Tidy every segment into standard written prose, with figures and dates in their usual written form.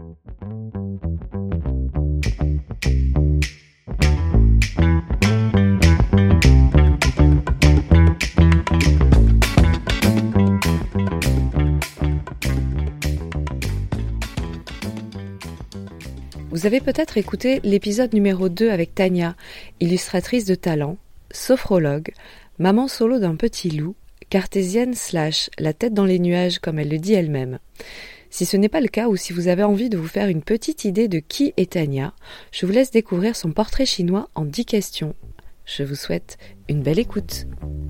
Vous avez peut-être écouté l'épisode numéro 2 avec Tania, illustratrice de talent, sophrologue, maman solo d'un petit loup, cartésienne / la tête dans les nuages comme elle le dit elle-même. Si ce n'est pas le cas ou si vous avez envie de vous faire une petite idée de qui est Tania, je vous laisse découvrir son portrait chinois en 10 questions. Je vous souhaite une belle écoute.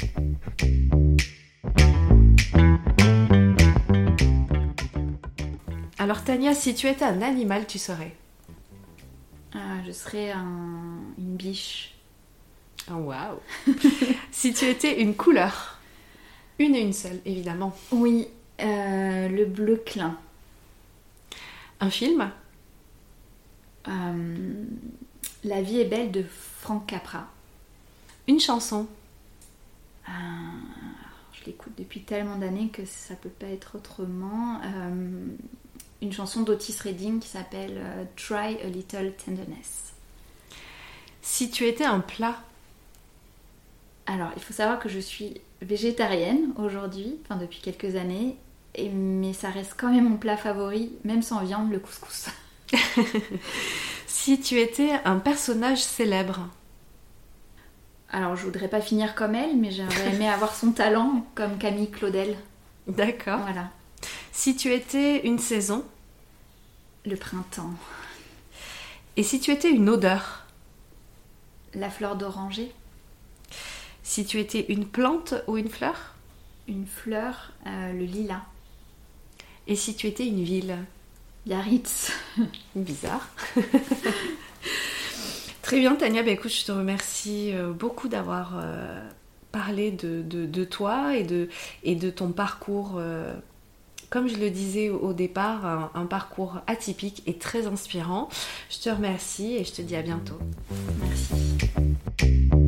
Alors Tania, si tu étais un animal, tu serais ? Je serais une biche. Oh, waouh. Si tu étais une couleur, une et une seule, évidemment. Oui, le bleu clin. Un film ? La vie est belle de Frank Capra. Une chanson ? Je l'écoute depuis tellement d'années que ça peut pas être autrement. Une chanson d'Otis Redding qui s'appelle Try a Little Tenderness. Si tu étais un plat ? Alors, il faut savoir que je suis végétarienne aujourd'hui, enfin depuis quelques années, mais ça reste quand même mon plat favori, même sans viande, le couscous. Si tu étais un personnage célèbre ? Alors, je voudrais pas finir comme elle, mais j'aurais aimé avoir son talent comme Camille Claudel. D'accord. Voilà. Si tu étais une saison ? Le printemps. Et si tu étais une odeur ? La fleur d'oranger. Si tu étais une plante ou une fleur ? Une fleur, le lilas. Et si tu étais une ville ? Biarritz. Bizarre. Très bien Tania, écoute, je te remercie beaucoup d'avoir parlé de toi et de ton parcours. Comme je le disais au départ, un parcours atypique et très inspirant. Je te remercie et je te dis à bientôt. Merci.